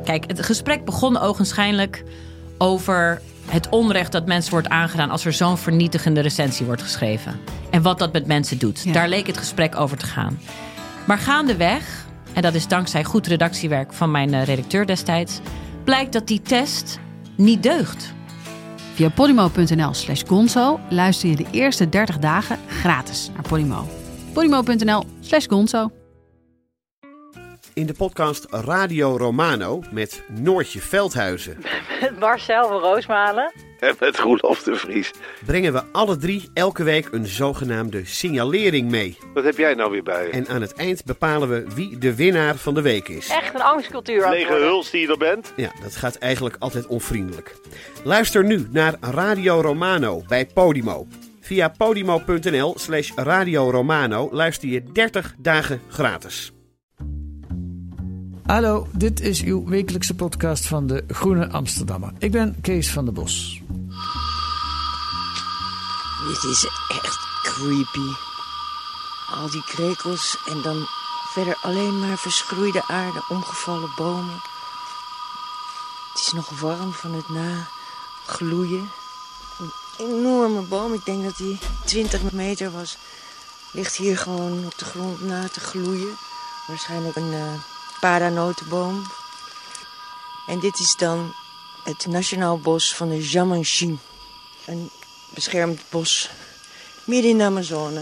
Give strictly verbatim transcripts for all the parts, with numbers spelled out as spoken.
Kijk, het gesprek begon ogenschijnlijk over het onrecht dat mensen wordt aangedaan als er zo'n vernietigende recensie wordt geschreven. En wat dat met mensen doet. Ja. Daar leek het gesprek over te gaan. Maar gaandeweg, en dat is dankzij goed redactiewerk van mijn redacteur destijds, blijkt dat die test niet deugt. Via podimo.nl slash gonzo luister je de eerste dertig dagen gratis naar Podimo. Podimo.nl slash gonzo. In de podcast Radio Romano met Noortje Veldhuizen. Met Marcel van Roosmalen. En met Roelof de Vries. Brengen we alle drie elke week een zogenaamde signalering mee. Wat heb jij nou weer bij je? En aan het eind bepalen we wie de winnaar van de week is. Echt een angstcultuur. Lege huls die je er bent. Ja, dat gaat eigenlijk altijd onvriendelijk. Luister nu naar Radio Romano bij Podimo. Via podimo.nl slash Radio Romano luister je dertig dagen gratis. Hallo, dit is uw wekelijkse podcast van de Groene Amsterdammer. Ik ben Kees van der Bos. Dit is echt creepy. Al die krekels en dan verder alleen maar verschroeide aarde, omgevallen bomen. Het is nog warm van het nagloeien. Een enorme boom, ik denk dat die twintig meter was, ligt hier gewoon op de grond na te gloeien. Waarschijnlijk een uh, paranotenboom. En dit is dan het Nationaal Bos van de Jamanchim. Een beschermd bos midden in de Amazone.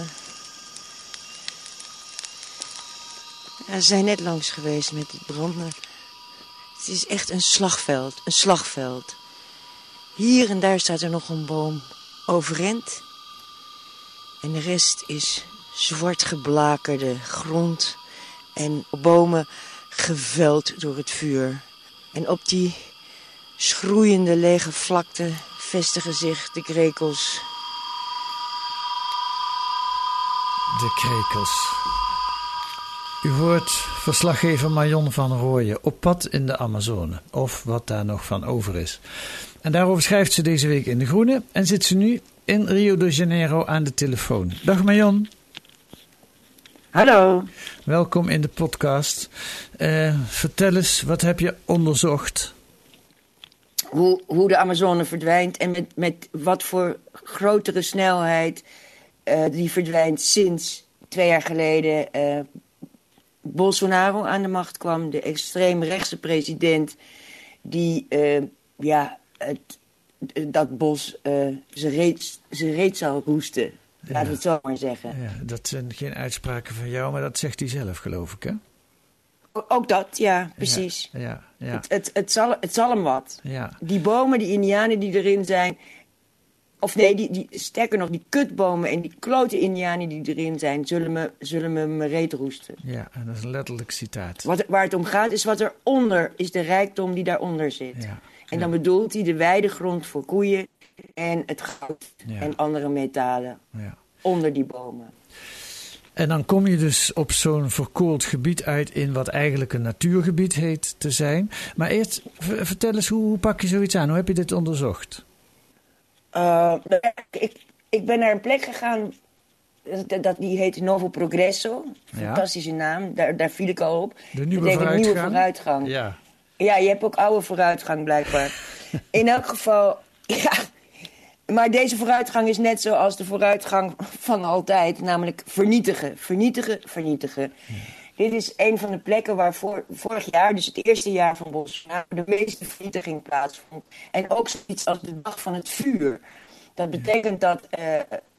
Ja, ze zijn net langs geweest met het brand, maar het is echt een slagveld, een slagveld. Hier en daar staat er nog een boom overeind. En de rest is zwart geblakerde grond en bomen geveld door het vuur. En op die schroeiende lege vlakte vestigen zich de krekels. De krekels. U hoort verslaggever Marion van Rooyen op pad in de Amazone. Of wat daar nog van over is. En daarover schrijft ze deze week in De Groene. En zit ze nu in Rio de Janeiro aan de telefoon. Dag Marion. Hallo. Welkom in de podcast. Uh, vertel eens, wat heb je onderzocht? Hoe, hoe de Amazone verdwijnt en met, met wat voor grotere snelheid uh, die verdwijnt sinds twee jaar geleden uh, Bolsonaro aan de macht kwam. De extreemrechtse president die uh, ja, het, dat bos uh, zijn reet, zijn reet zal roesten. Laten we het zo maar zeggen. Ja, dat zijn geen uitspraken van jou, maar dat zegt hij zelf, geloof ik, hè? Ook dat, ja, precies. Ja, ja, ja. Het, het, het, zal, het zal hem wat. Ja. Die bomen, die indianen die erin zijn, of nee, die, die, sterker nog, die kutbomen en die klote indianen die erin zijn, zullen me, zullen me mijn reet roesten. Ja, en dat is een letterlijk citaat. Wat, waar het om gaat is wat eronder is, de rijkdom die daaronder zit. Ja. En dan ja. bedoelt hij de weidegrond voor koeien en het goud ja. en andere metalen ja. onder die bomen. En dan kom je dus op zo'n verkoold gebied uit in wat eigenlijk een natuurgebied heet te zijn. Maar eerst, v- vertel eens, hoe, hoe pak je zoiets aan? Hoe heb je dit onderzocht? Uh, ik, ik ben naar een plek gegaan, dat, dat, die heet Novo Progresso. Fantastische ja. naam, daar, daar viel ik al op. De nieuwe vooruitgang? Nieuwe vooruitgang. Ja. Ja, je hebt ook oude vooruitgang blijkbaar. In elk geval, ja. Maar deze vooruitgang is net zoals de vooruitgang van altijd. Namelijk vernietigen, vernietigen, vernietigen. Ja. Dit is een van de plekken waar voor, vorig jaar, dus het eerste jaar van Bolsonaro, de meeste vernietiging plaatsvond. En ook zoiets als de dag van het vuur. Dat betekent dat, uh,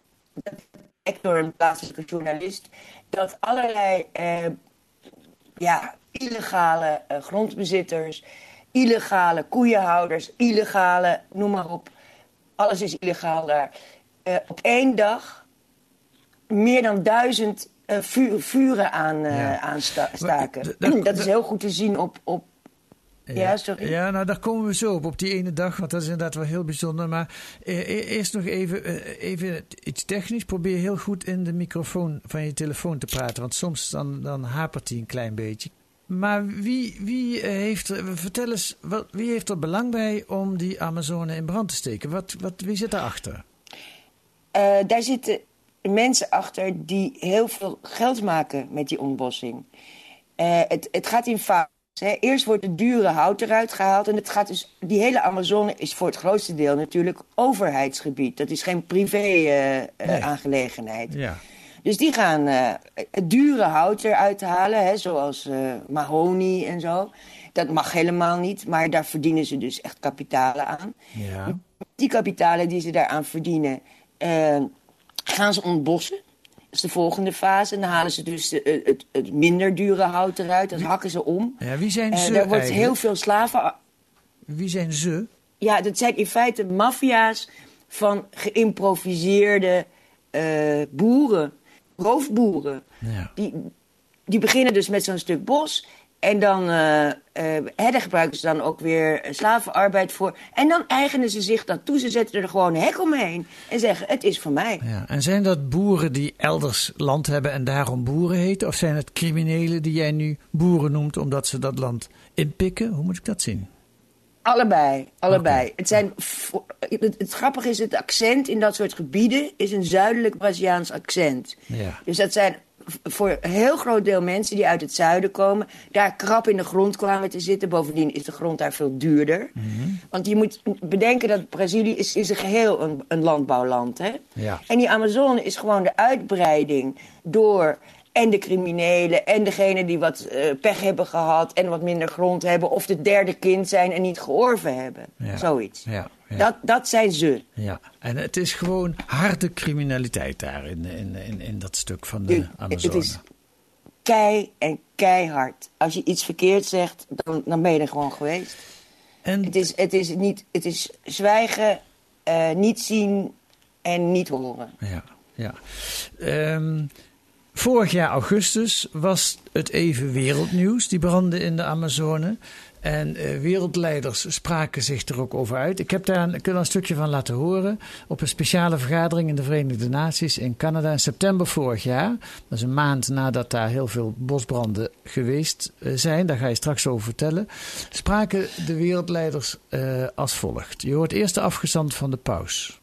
dat door een plaatselijke journalist, dat allerlei uh, ja, illegale uh, grondbezitters, illegale koeienhouders, illegale, noem maar op, alles is illegaal daar. Uh, op één dag meer dan duizend uh, vu- vuren aan, uh, ja. aanstaken. D- d- dat is heel goed te zien op... op ja, ja, sorry. Ja, nou daar komen we zo op, op die ene dag, want dat is inderdaad wel heel bijzonder. Maar eh, eerst nog even, eh, even iets technisch. Probeer heel goed in de microfoon van je telefoon te praten, want soms dan, dan hapert hij een klein beetje. Maar wie, wie heeft er, vertel eens, wat, wie heeft er belang bij om die Amazone in brand te steken? Wat, wat, wie zit daarachter? Uh, daar zitten mensen achter die heel veel geld maken met die ontbossing. Uh, het, het gaat in fases. He, eerst wordt het dure hout eruit gehaald. En het gaat dus, die hele Amazone is voor het grootste deel natuurlijk overheidsgebied. Dat is geen privé-aangelegenheid. Uh, nee. Ja. Dus die gaan uh, het dure hout eruit halen, hè, zoals uh, mahonie en zo. Dat mag helemaal niet, maar daar verdienen ze dus echt kapitalen aan. Ja. Die kapitalen die ze daaraan verdienen, uh, gaan ze ontbossen. Dat is de volgende fase. En dan halen ze dus de, het, het minder dure hout eruit. Dat hakken ze om. Ja, wie zijn ze uh, Er wordt eigenlijk? heel veel slaven... Wie zijn ze? Ja, dat zijn in feite maffia's van geïmproviseerde uh, boeren. Roofboeren. Ja. Die, die beginnen dus met zo'n stuk bos. En dan, uh, uh, daar gebruiken ze dan ook weer slavenarbeid voor. En dan eigenen ze zich dat toe. Ze zetten er gewoon een hek omheen. En zeggen, het is van mij. Ja. En zijn dat boeren die elders land hebben en daarom boeren heten? Of zijn het criminelen die jij nu boeren noemt omdat ze dat land inpikken? Hoe moet ik dat zien? Allebei, allebei. Okay. Het, zijn, het, het grappige is, het accent in dat soort gebieden is een zuidelijk Braziliaans accent. Ja. Dus dat zijn voor een heel groot deel mensen die uit het zuiden komen, daar krap in de grond kwamen te zitten. Bovendien is de grond daar veel duurder. Mm-hmm. Want je moet bedenken dat Brazilië is, is een geheel een, een landbouwland. Hè? Ja. En die Amazone is gewoon de uitbreiding door... En de criminelen en degenen die wat uh, pech hebben gehad en wat minder grond hebben. Of de derde kind zijn en niet georven hebben. Ja. Zoiets. Ja, ja. Dat, dat zijn ze. Ja, en het is gewoon harde criminaliteit daar in, in, in, in dat stuk van de Amazone. Het is kei en keihard. Als je iets verkeerd zegt, dan, dan ben je er gewoon geweest. En... Het, is, het, is niet, het is zwijgen, uh, niet zien en niet horen. Ja, ja. Um, Vorig jaar augustus was het even wereldnieuws, die branden in de Amazone. En uh, wereldleiders spraken zich er ook over uit. Ik heb daar een, ik kan er een stukje van laten horen op een speciale vergadering in de Verenigde Naties in Canada in september vorig jaar. Dat is een maand nadat daar heel veel bosbranden geweest uh, zijn. Daar ga je straks over vertellen. Spraken de wereldleiders uh, als volgt. Je hoort eerst de afgezant van de paus.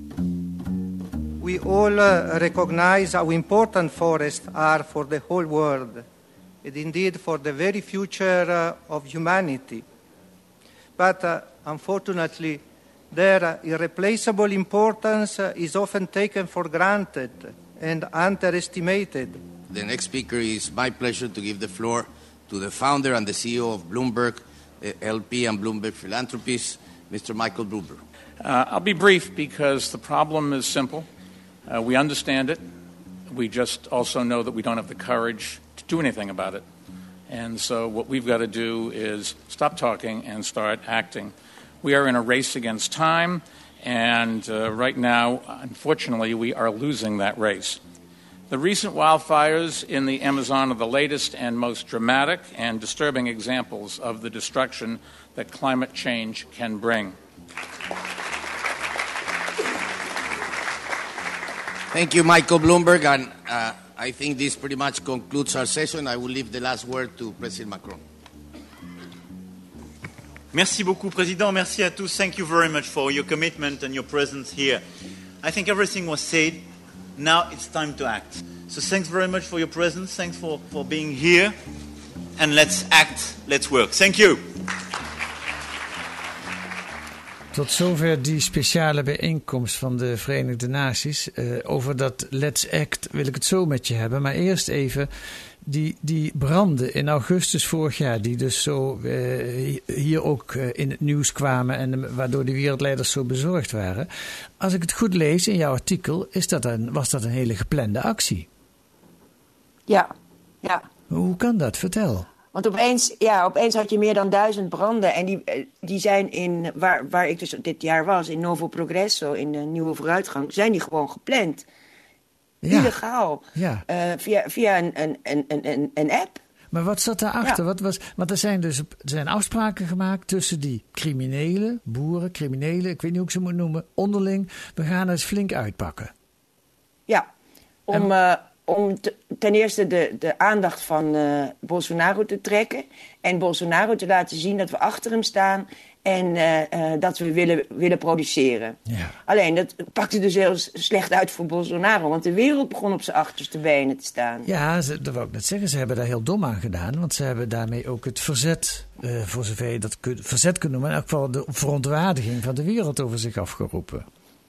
We all uh, recognize how important forests are for the whole world, and indeed for the very future uh, of humanity. But uh, unfortunately, their uh, irreplaceable importance uh, is often taken for granted and underestimated. The next speaker is my pleasure to give the floor to the founder and the C E O of Bloomberg uh, L P and Bloomberg Philanthropies, Mister Michael Bloomberg. Uh, I'll be brief because the problem is simple. Uh, we understand it. We just also know that we don't have the courage to do anything about it. And so what we've got to do is stop talking and start acting. We are in a race against time, and uh, right now, unfortunately, we are losing that race. The recent wildfires in the Amazon are the latest and most dramatic and disturbing examples of the destruction that climate change can bring. Thank you, Michael Bloomberg, and uh, I think this pretty much concludes our session. I will leave the last word to President Macron. Merci beaucoup, Président. Merci à tous. Thank you very much for your commitment and your presence here. I think everything was said. Now it's time to act. So thanks very much for your presence. Thanks for, for being here. And let's act. Let's work. Thank you. Tot zover die speciale bijeenkomst van de Verenigde Naties. Uh, over dat Let's Act wil ik het zo met je hebben. Maar eerst even die, die branden in augustus vorig jaar. Die dus zo uh, hier ook uh, in het nieuws kwamen. En uh, waardoor die wereldleiders zo bezorgd waren. Als ik het goed lees in jouw artikel, is dat een, was dat een hele geplande actie. Ja, ja. Hoe kan dat? Vertel. Want opeens, ja, opeens had je meer dan duizend branden. En die, die zijn in, waar, waar ik dus dit jaar was, in Novo Progresso, in de Nieuwe Vooruitgang, zijn die gewoon gepland. Ja. Illegaal. Ja. Uh, via via een, een, een, een, een app. Maar wat zat daarachter? Ja. Wat was, want er zijn dus er zijn afspraken gemaakt tussen die criminelen, boeren, criminelen, ik weet niet hoe ik ze moet noemen, onderling. We gaan eens flink uitpakken. Ja, om... En... Uh, om te, ten eerste de, de aandacht van uh, Bolsonaro te trekken. En Bolsonaro te laten zien dat we achter hem staan. En uh, uh, dat we willen, willen produceren. Ja. Alleen, dat pakte dus heel slecht uit voor Bolsonaro. Want de wereld begon op zijn achterste benen te staan. Ja, ze, dat wou ik net zeggen. Ze hebben daar heel dom aan gedaan. Want ze hebben daarmee ook het verzet, uh, voor zover je dat kun, verzet kunt noemen, in elk geval de verontwaardiging van de wereld over zich afgeroepen.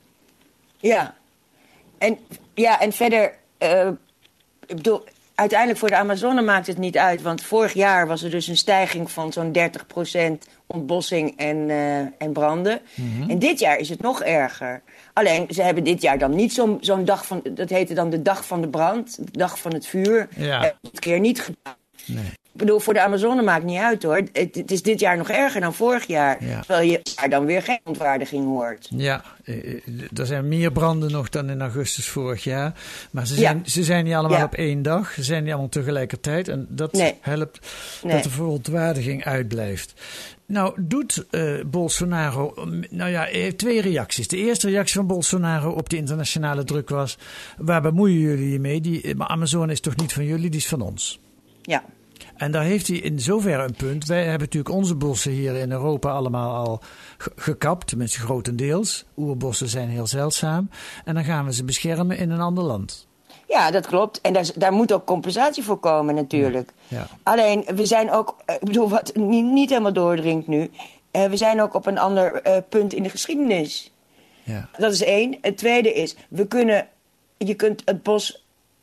Ja. En, ja, en verder, uh, ik bedoel, uiteindelijk voor de Amazone maakt het niet uit. Want vorig jaar was er dus een stijging van zo'n dertig procent ontbossing en, uh, en branden. Mm-hmm. En dit jaar is het nog erger. Alleen, ze hebben dit jaar dan niet zo'n, zo'n dag van, dat heette dan de dag van de brand, de dag van het vuur. Ja. Uh, dit keer niet gedaan. Nee. Ik bedoel, voor de Amazone maakt niet uit hoor. Het, het is dit jaar nog erger dan vorig jaar. Ja. Terwijl je daar dan weer geen ontwaardiging hoort. Ja, er zijn meer branden nog dan in augustus vorig jaar. Maar ze zijn, ja. ze zijn niet allemaal ja. op één dag. Ze zijn niet allemaal tegelijkertijd. En dat nee. helpt nee. dat de verontwaardiging uitblijft. Nou, doet uh, Bolsonaro... Nou ja, hij heeft twee reacties. De eerste reactie van Bolsonaro op die internationale druk was... waar bemoeien jullie je mee? Die Amazone is toch niet van jullie, die is van ons? Ja. En daar heeft hij in zoverre een punt. Wij hebben natuurlijk onze bossen hier in Europa allemaal al gekapt. Tenminste grotendeels. Oerbossen zijn heel zeldzaam. En dan gaan we ze beschermen in een ander land. Ja, dat klopt. En daar, daar moet ook compensatie voor komen natuurlijk. Ja. Ja. Alleen, we zijn ook... Ik bedoel, wat niet, niet helemaal doordringt nu... Uh, we zijn ook op een ander uh, punt in de geschiedenis. Ja. Dat is één. Het tweede is... We kunnen... Je kunt het bos...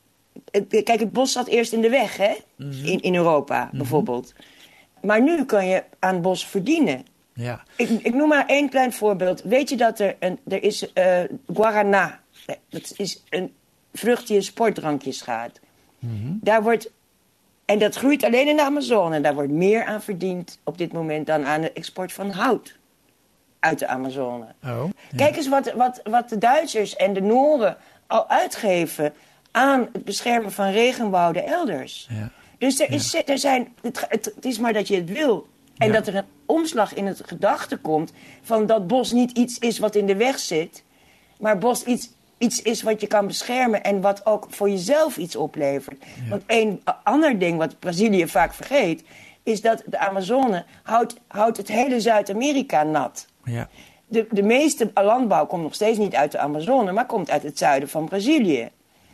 Kijk, het bos zat eerst in de weg, hè? Mm-hmm. In, in Europa, mm-hmm. bijvoorbeeld. Maar nu kan je aan het bos verdienen. Ja. Ik, ik noem maar één klein voorbeeld. Weet je dat er een... Er is uh, guarana. Dat is een vrucht die in sportdrankjes gaat. Mm-hmm. Daar wordt... En dat groeit alleen in de Amazone. En daar wordt meer aan verdiend op dit moment... dan aan de export van hout uit de Amazone. Oh, ja. Kijk eens wat, wat, wat de Duitsers en de Noren al uitgeven... aan het beschermen van regenwouden elders. Ja. Dus er is, ja. er zijn, het, het, het is maar dat je het wil. En ja. dat er een omslag in het gedachte komt... van dat bos niet iets is wat in de weg zit... maar bos iets, iets is wat je kan beschermen... en wat ook voor jezelf iets oplevert. Ja. Want een ander ding wat Brazilië vaak vergeet... is dat de Amazone houdt, houdt het hele Zuid-Amerika nat. Ja. De, de meeste landbouw komt nog steeds niet uit de Amazone... maar komt uit het zuiden van Brazilië.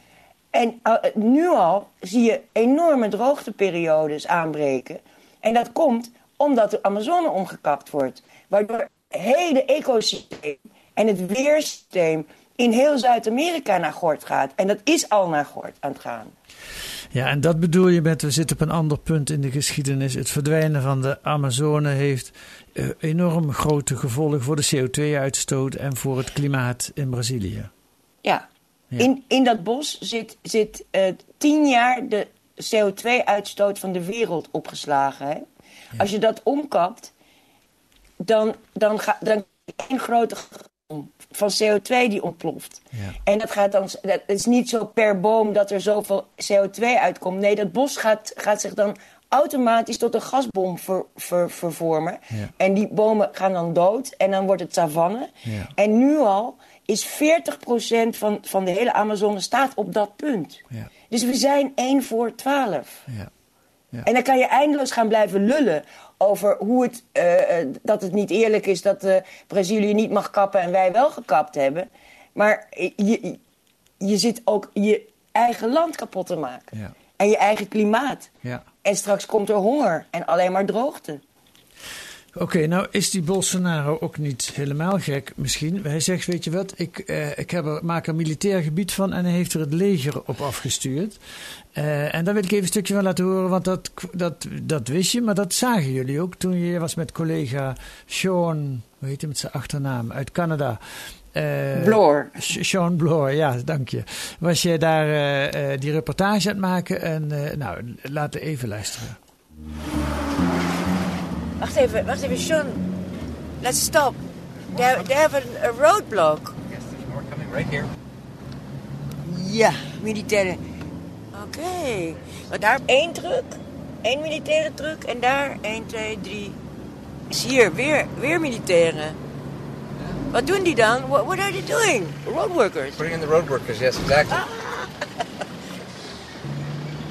En uh, nu al zie je enorme droogteperiodes aanbreken. En dat komt omdat de Amazone omgekapt wordt. Waardoor het hele ecosysteem en het weersysteem in heel Zuid-Amerika naar gort gaat. En dat is al naar gort aan het gaan. Ja, en dat bedoel je met, we zitten op een ander punt in de geschiedenis. Het verdwijnen van de Amazone heeft uh, enorm grote gevolgen voor de C O twee uitstoot en voor het klimaat in Brazilië. Ja. Ja. In, in dat bos zit, zit uh, tien jaar de C O twee uitstoot van de wereld opgeslagen. Hè? Ja. Als je dat omkapt, dan, dan ga dan één grote van C O twee die ontploft. Ja. En dat gaat dan, dat is niet zo per boom dat er zoveel C O twee uitkomt. Nee, dat bos gaat, gaat zich dan automatisch tot een gasbom ver, ver, vervormen. Ja. En die bomen gaan dan dood en dan wordt het savanne. Ja. En nu al is veertig procent van, van de hele Amazone staat op dat punt. Ja. Dus we zijn één voor twaalf. Ja. Ja. En dan kan je eindeloos gaan blijven lullen over hoe het, uh, dat het niet eerlijk is dat uh, Brazilië niet mag kappen en wij wel gekapt hebben. Maar je, je zit ook je eigen land kapot te maken. Ja. En je eigen klimaat. Ja. En straks komt er honger en alleen maar droogte. Oké, okay, nou is die Bolsonaro ook niet helemaal gek misschien. Hij zegt, weet je wat, ik, uh, ik heb er, maak er militair gebied van en hij heeft er het leger op afgestuurd. Uh, en daar wil ik even een stukje van laten horen, want dat, dat, dat wist je, maar dat zagen jullie ook toen je was met collega Sean, hoe heet hij met zijn achternaam, uit Canada. Uh, Bloor. Sean Bloor, ja, dank je. Was jij daar uh, uh, die reportage aan het maken en uh, nou, laten we even luisteren. Wacht even, wacht even, Sean. Let's stop. They have, they have a, a roadblock. Yes, there's more coming right here. Ja, militairen. Oké. Okay. Want daar één truck, één militaire truck en daar één, twee, drie. Is hier weer, weer militairen. Wat doen die dan? What, what are they doing? Road workers? Putting in the road workers, yes, exactly.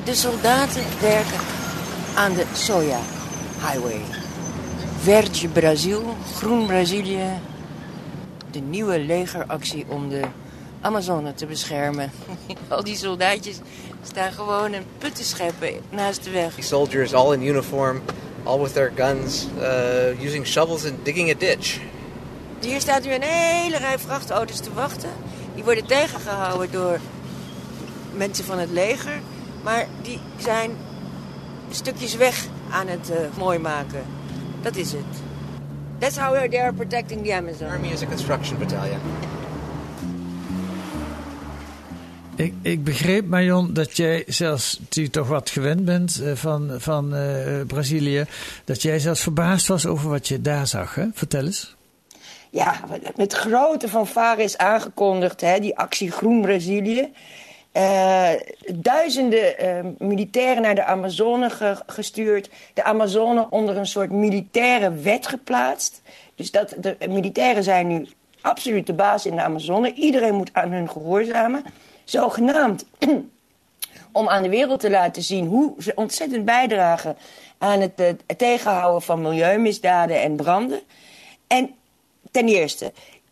De soldaten werken aan de Soja Highway. Verde Brasil, groen Brazilië. De nieuwe legeractie om de Amazone te beschermen. Al die soldaatjes staan gewoon een put te scheppen naast de weg. Soldiers all in uniform, all with their guns, uh, using shovels and digging a ditch. Hier staat nu een hele rij vrachtauto's te wachten. Die worden tegengehouden door mensen van het leger. Maar die zijn stukjes weg aan het uh, mooi maken. Dat is het. That's how they are protecting the Amazon. Army is a construction battalion. Ik, ik begreep, Marion, dat jij zelfs, die toch wat gewend bent uh, van, van uh, Brazilië, dat jij zelfs verbaasd was over wat je daar zag. Hè? Vertel eens. Ja, met grote fanfare is aangekondigd, hè, die actie Groen Brazilië. Uh, duizenden uh, militairen naar de Amazone ge- gestuurd. De Amazone onder een soort militaire wet geplaatst. Dus dat, de militairen zijn nu absoluut de baas in de Amazone. Iedereen moet aan hun gehoorzamen. Zogenaamd om aan de wereld te laten zien hoe ze ontzettend bijdragen aan het, uh, het tegenhouden van milieumisdaden en branden. En ten eerste,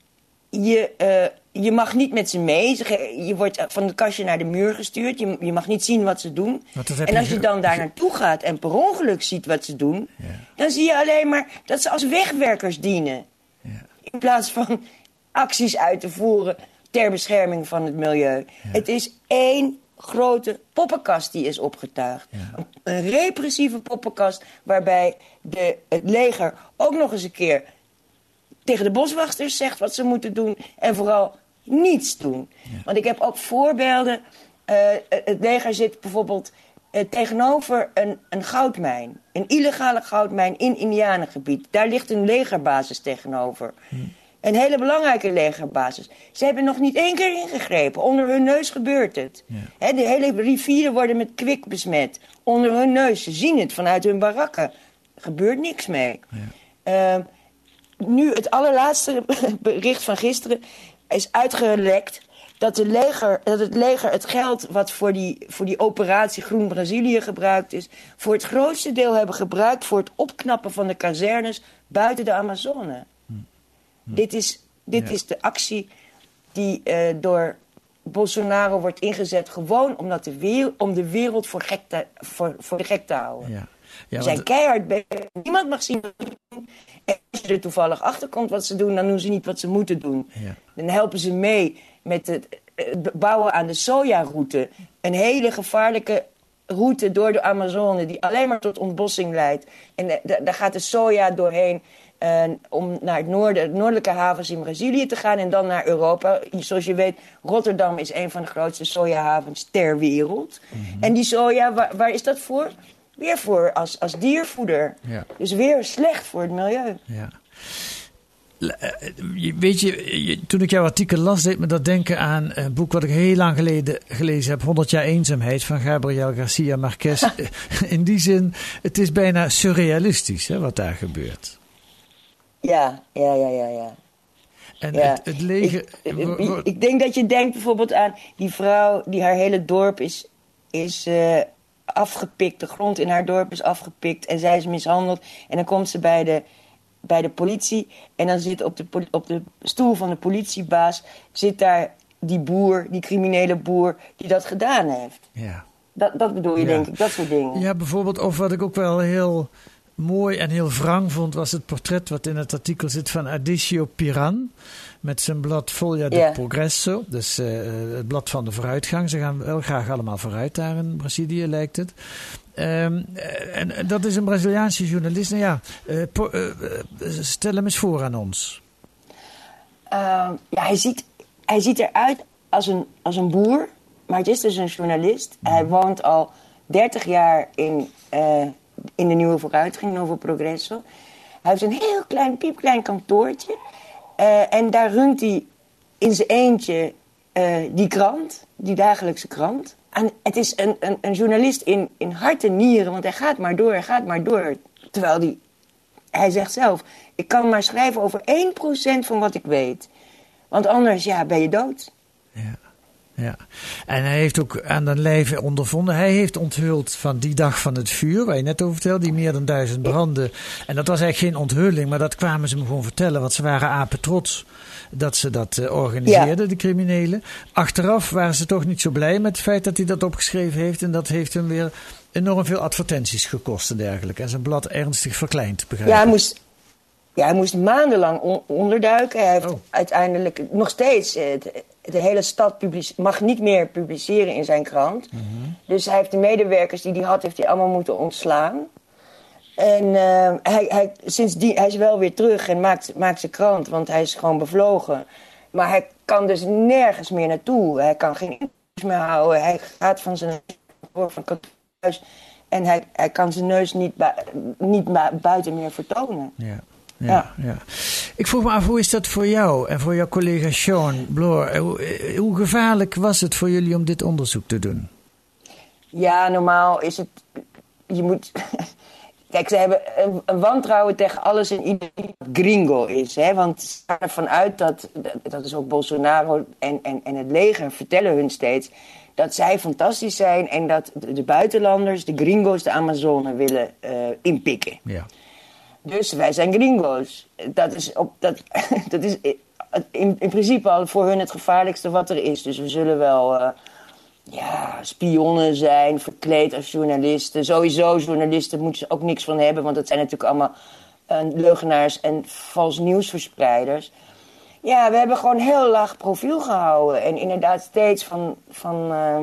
je, uh, je mag niet met ze mee. Je wordt van het kastje naar de muur gestuurd. Je, je mag niet zien wat ze doen. En als je dan daar naartoe gaat en per ongeluk ziet wat ze doen, ja, dan zie je alleen maar dat ze als wegwerkers dienen. Ja. In plaats van acties uit te voeren ter bescherming van het milieu. Ja. Het is één grote poppenkast die is opgetuigd. Ja. Een repressieve poppenkast waarbij de, het leger ook nog eens een keer tegen de boswachters zegt wat ze moeten doen en vooral niets doen. Ja. Want ik heb ook voorbeelden. Uh, het leger zit bijvoorbeeld uh, tegenover een, een goudmijn. Een illegale goudmijn in Indianengebied. Daar ligt een legerbasis tegenover. Hm. Een hele belangrijke legerbasis. Ze hebben nog niet één keer ingegrepen. Onder hun neus gebeurt het. Ja. He, de hele rivieren worden met kwik besmet. Onder hun neus. Ze zien het vanuit hun barakken. Er gebeurt niks mee. Ja. Uh, nu het allerlaatste bericht van gisteren is uitgelekt dat, de leger, dat het leger het geld wat voor die, voor die operatie Groen Brazilië gebruikt is, voor het grootste deel hebben gebruikt voor het opknappen van de kazernes buiten de Amazone. Hm. Hm. Dit, is, dit ja. is de actie die uh, door Bolsonaro wordt ingezet gewoon omdat de wereld, om de wereld voor, gek te, voor, voor de gek te houden. Ja. Ja, ze zijn want keihard bezig. Niemand mag zien wat ze doen. En als je er toevallig achter komt wat ze doen, dan doen ze niet wat ze moeten doen. Ja. Dan helpen ze mee met het bouwen aan de sojaroute. Een hele gevaarlijke route door de Amazone die alleen maar tot ontbossing leidt. En d- daar gaat de soja doorheen uh, om naar het noorden, het noordelijke havens in Brazilië te gaan en dan naar Europa. Zoals je weet, Rotterdam is een van de grootste sojahavens ter wereld. Mm-hmm. En die soja, waar, waar is dat voor? Weer voor als, als diervoeder. Ja. Dus weer slecht voor het milieu. Ja. Weet je, toen ik jouw artikel las, deed me dat denken aan een boek wat ik heel lang geleden gelezen heb. honderd jaar eenzaamheid van Gabriel Garcia Marquez. In die zin, het is bijna surrealistisch, hè, wat daar gebeurt. Ja, ja, ja, ja, ja. En ja. het, het leger... Ik, ik, ik denk dat je denkt bijvoorbeeld aan die vrouw die haar hele dorp is... is uh, afgepikt, de grond in haar dorp is afgepikt en zij is mishandeld. En dan komt ze bij de, bij de politie en dan zit op de, op de stoel van de politiebaas zit daar die boer, die criminele boer die dat gedaan heeft. Ja. Dat, dat bedoel je, ja. denk ik, dat soort dingen. Ja, bijvoorbeeld, of wat ik ook wel heel mooi en heel wrang vond, was het portret wat in het artikel zit van Adício Piran. Met zijn blad Folha de yeah. Progresso. Dus uh, het blad van de vooruitgang. Ze gaan wel graag allemaal vooruit daar in Brazilië, lijkt het. Um, en, en dat is een Braziliaanse journalist. Nou ja, uh, po, uh, stel hem eens voor aan ons. Uh, ja, hij ziet, hij ziet eruit als een, als een boer. Maar het is dus een journalist. Mm. Hij woont al dertig jaar in, uh, in de Nieuwe Vooruitgang, Novo Progresso. Hij heeft een heel klein, piepklein kantoortje. Uh, en daar runt hij in zijn eentje uh, die krant, die dagelijkse krant. En het is een, een, een journalist in, in hart en nieren, want hij gaat maar door, hij gaat maar door. Terwijl die, hij zegt zelf, ik kan maar schrijven over één procent van wat ik weet. Want anders, ja, ben je dood. Ja. Ja, en hij heeft ook aan de lijve ondervonden. Hij heeft onthuld van die dag van het vuur, waar je net over vertelde, die meer dan duizend branden. En dat was eigenlijk geen onthulling, maar dat kwamen ze hem gewoon vertellen. Want ze waren apen trots dat ze dat uh, organiseerden, ja. de criminelen. Achteraf waren ze toch niet zo blij met het feit dat hij dat opgeschreven heeft. En dat heeft hem weer enorm veel advertenties gekost en dergelijke. En zijn blad ernstig verkleind, begrijp ik. Ja, hij moest, ja, hij moest maandenlang on- onderduiken. Hij heeft oh. uiteindelijk nog steeds... Uh, de hele stad publice- mag niet meer publiceren in zijn krant. Mm-hmm. Dus hij heeft de medewerkers die hij had, heeft hij allemaal moeten ontslaan. En uh, hij, hij, sindsdien, hij is wel weer terug en maakt, maakt zijn krant, want hij is gewoon bevlogen. Maar hij kan dus nergens meer naartoe. Hij kan geen interviews meer houden. Hij gaat van zijn van huis en hij, hij kan zijn neus niet, bu- niet bu- buiten meer vertonen. Ja. Ja, ja. Ik vroeg me af, hoe is dat voor jou en voor jouw collega Sean Bloor? Hoe, hoe gevaarlijk was het voor jullie om dit onderzoek te doen? Ja, normaal is het... Je moet... Kijk, ze hebben een, een wantrouwen tegen alles en iedereen wat gringo is. Hè? Want ze gaan ervan uit dat... Dat is ook Bolsonaro en, en, en het leger vertellen hun steeds... dat zij fantastisch zijn en dat de, de buitenlanders, de gringo's, de Amazone willen uh, inpikken. Ja. Dus wij zijn gringo's. Dat is, op, dat, dat is in, in principe al voor hun het gevaarlijkste wat er is. Dus we zullen wel uh, ja, spionnen zijn, verkleed als journalisten. Sowieso, journalisten moeten ze ook niks van hebben, want dat zijn natuurlijk allemaal uh, leugenaars en vals nieuwsverspreiders. Ja, we hebben gewoon heel laag profiel gehouden. En inderdaad steeds van... van uh,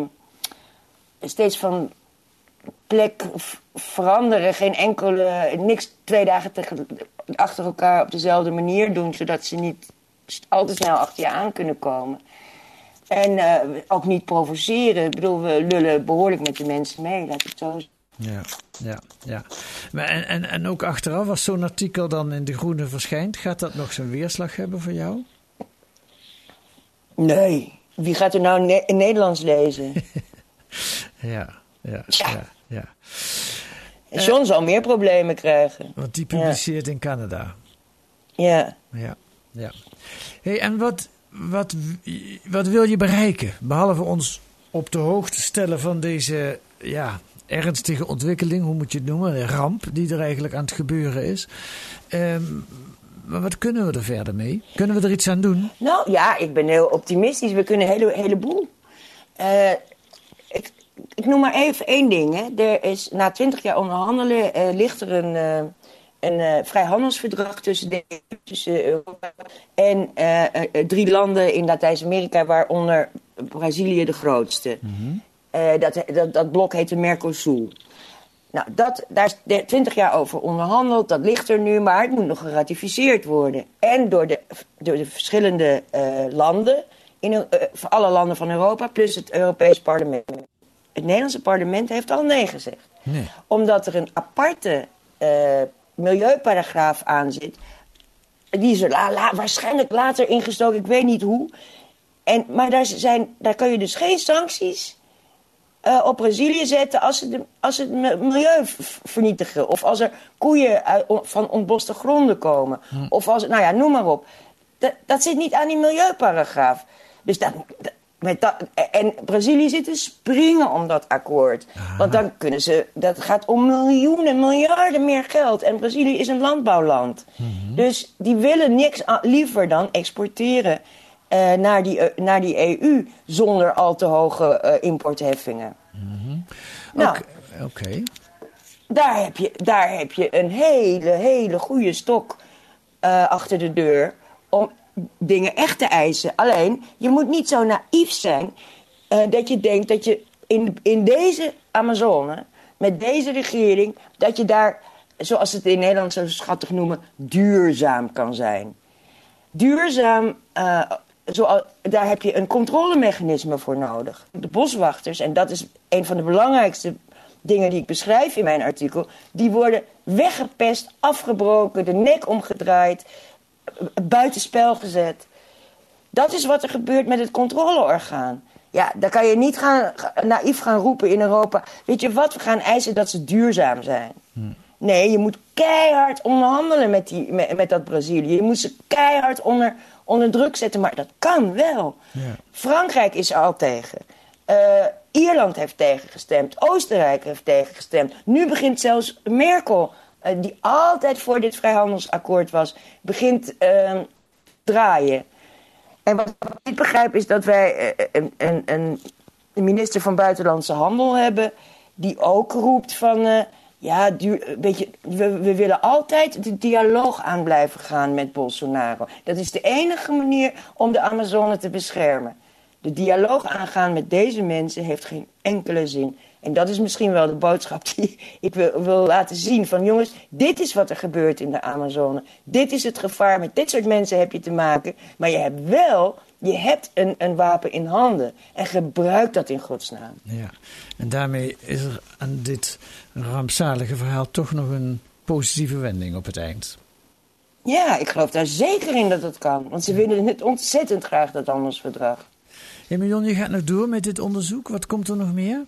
steeds van plek veranderen, geen enkele, niks twee dagen tegen, achter elkaar op dezelfde manier doen, zodat ze niet al te snel achter je aan kunnen komen. En uh, ook niet provoceren. Ik bedoel, we lullen behoorlijk met de mensen mee, laat ik het zo zeggen. Ja, ja, ja. Maar en, en, en ook achteraf, als zo'n artikel dan in De Groene verschijnt, gaat dat nog zijn weerslag hebben voor jou? Nee. Wie gaat er nou ne- in Nederlands lezen? ja, ja, ja. ja. Ja. En John uh, zal meer problemen krijgen. Want die publiceert ja. in Canada. Ja. Ja, ja. Hey, en wat, wat, wat wil je bereiken? Behalve ons op de hoogte stellen van deze ja, ernstige ontwikkeling, hoe moet je het noemen? Een ramp die er eigenlijk aan het gebeuren is. Um, maar wat kunnen we er verder mee? Kunnen we er iets aan doen? Nou ja, ik ben heel optimistisch. We kunnen een hele, heleboel. Uh, ik, Ik noem maar even één ding. Hè. Er is, na twintig jaar onderhandelen uh, ligt er een, uh, een uh, vrijhandelsverdrag tussen, de, tussen Europa en uh, uh, drie landen in Latijns-Amerika, waaronder Brazilië de grootste. Mm-hmm. Uh, dat, dat, dat blok heet de Mercosur. Nou, dat, daar is twintig jaar over onderhandeld, dat ligt er nu, maar het moet nog geratificeerd worden. En door de, door de verschillende uh, landen, in, uh, voor alle landen van Europa, plus het Europees Parlement. Het Nederlandse parlement heeft al nee gezegd. Nee. Omdat er een aparte uh, milieuparagraaf aan zit. Die is er la, la, waarschijnlijk later ingestoken, ik weet niet hoe. En, maar daar, zijn, daar kun je dus geen sancties uh, op Brazilië zetten als ze, de, als ze het milieu vernietigen. Of als er koeien uit, van ontboste gronden komen. Hm. Of als, nou ja, noem maar op. Dat, dat zit niet aan die milieuparagraaf. Dus dat... dat Met dat, en Brazilië zit te springen om dat akkoord. Aha. Want dan kunnen ze... Dat gaat om miljoenen, miljarden meer geld. En Brazilië is een landbouwland. Mm-hmm. Dus die willen niks liever dan exporteren uh, naar, die, uh, naar die E U... zonder al te hoge uh, importheffingen. Mm-hmm. Nou, Oké. Okay. Daar heb je, daar heb je een hele, hele goede stok uh, achter de deur... om dingen echt te eisen. Alleen, je moet niet zo naïef zijn uh, dat je denkt dat je in, in deze Amazone, met deze regering, dat je daar, zoals ze het in Nederland zo schattig noemen, duurzaam kan zijn. Duurzaam, uh, zoals, daar heb je een controlemechanisme voor nodig. De boswachters, en dat is een van de belangrijkste dingen die ik beschrijf in mijn artikel, die worden weggepest, afgebroken, de nek omgedraaid, buitenspel gezet. Dat is wat er gebeurt met het controleorgaan. Ja, dan kan je niet gaan, naïef gaan roepen in Europa. Weet je wat, we gaan eisen dat ze duurzaam zijn. Hmm. Nee, je moet keihard onderhandelen met, die, met, met dat Brazilië. Je moet ze keihard onder, onder druk zetten, maar dat kan wel. Ja. Frankrijk is er al tegen. Uh, Ierland heeft tegengestemd. Oostenrijk heeft tegengestemd. Nu begint zelfs Merkel, uh, die altijd voor dit vrijhandelsakkoord was, begint uh, draaien. En wat ik niet begrijp is dat wij uh, een, een, een minister van Buitenlandse Handel hebben die ook roept van... Uh, ja, duur, weet je, we, we willen altijd de dialoog aan blijven gaan met Bolsonaro. Dat is de enige manier om de Amazone te beschermen. De dialoog aangaan met deze mensen heeft geen enkele zin. En dat is misschien wel de boodschap die ik wil, wil laten zien. Van jongens, dit is wat er gebeurt in de Amazone. Dit is het gevaar. Met dit soort mensen heb je te maken. Maar je hebt wel, je hebt een, een wapen in handen. En gebruik dat in godsnaam. Ja, en daarmee is er aan dit rampzalige verhaal toch nog een positieve wending op het eind. Ja, ik geloof daar zeker in dat het kan. Want ze willen het ontzettend graag, dat handelsverdrag. Hey Marion, je gaat nog door met dit onderzoek. Wat komt er nog meer?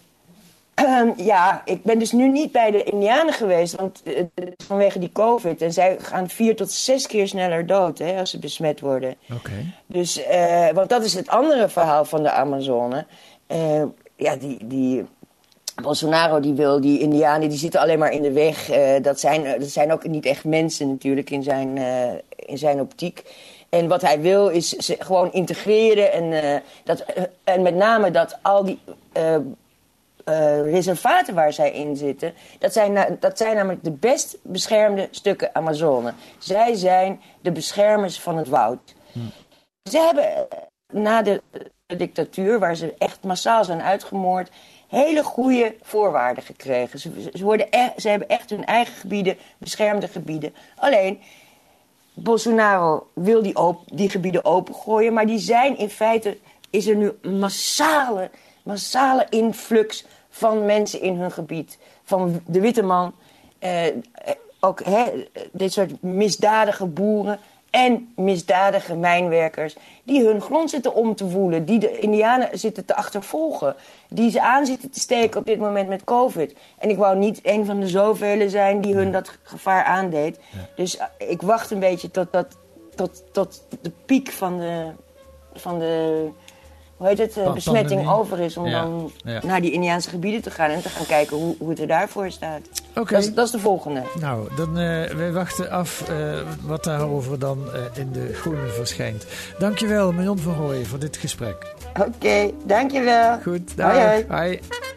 Um, ja, ik ben dus nu niet bij de Indianen geweest, want uh, vanwege die COVID. En zij gaan vier tot zes keer sneller dood, hè, als ze besmet worden. Oké. Okay. Dus, uh, want dat is het andere verhaal van de Amazone. Uh, ja, die, die Bolsonaro die wil, die Indianen, die zitten alleen maar in de weg. Uh, dat, zijn, dat zijn ook niet echt mensen natuurlijk in zijn, uh, in zijn optiek. En wat hij wil is ze gewoon integreren en, uh, dat, uh, en met name dat al die... Uh, Uh, reservaten waar zij in zitten, dat zijn, na, dat zijn namelijk de best beschermde stukken Amazone. Zij zijn de beschermers van het woud. Hm. Ze hebben uh, na de, de dictatuur, waar ze echt massaal zijn uitgemoord, hele goede voorwaarden gekregen. Ze, ze, worden e- ze hebben echt hun eigen gebieden, beschermde gebieden. Alleen, Bolsonaro wil die, op, die gebieden opengooien, maar die zijn in feite, is er nu massale... massale influx van mensen in hun gebied. Van de witte man, eh, ook hè, dit soort misdadige boeren en misdadige mijnwerkers die hun grond zitten om te woelen, die de Indianen zitten te achtervolgen, die ze aan zitten te steken op dit moment met COVID. En ik wou niet een van de zoveel zijn die hun dat gevaar aandeed. Ja. Dus ik wacht een beetje tot, dat, tot, tot de piek van de... Van de hoe heet het, uh, besmetting pandemie. Over is om ja, dan ja. naar die Indiaanse gebieden te gaan en te gaan kijken hoe, hoe het er daarvoor staat. Okay. Dat, is, dat is de volgende. Nou, dan uh, wij wachten af uh, wat daarover dan uh, in de Groene verschijnt. Dankjewel, Marion van Rooyen, voor dit gesprek. Oké, okay, dankjewel. Goed, dag. Hoi, hoi. Hoi.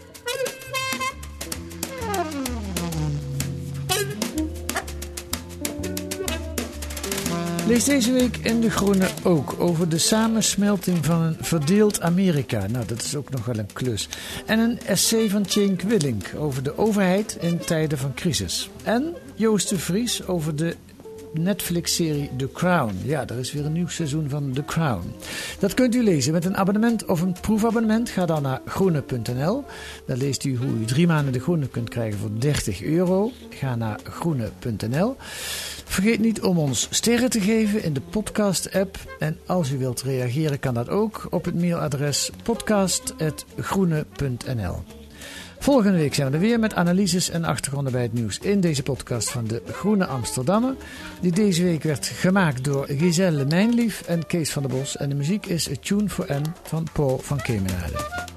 Lees deze week in De Groene ook over de samensmelting van een verdeeld Amerika. Nou, dat is ook nog wel een klus. En een essay van Cenk Willink over de overheid in tijden van crisis. En Joost de Vries over de Netflix-serie The Crown. Ja, er is weer een nieuw seizoen van The Crown. Dat kunt u lezen met een abonnement of een proefabonnement. Ga dan naar groene punt n l. Daar leest u hoe u drie maanden De Groene kunt krijgen voor dertig euro. Ga naar groene punt n l. Vergeet niet om ons sterren te geven in de podcast-app. En als u wilt reageren kan dat ook op het mailadres podcast apenstaartje groene punt n l. Volgende week zijn we er weer met analyses en achtergronden bij het nieuws in deze podcast van de Groene Amsterdammer. Die deze week werd gemaakt door Giselle Mijnlief en Kees van der Bos. En de muziek is A Tune for N van Paul van Kemenade.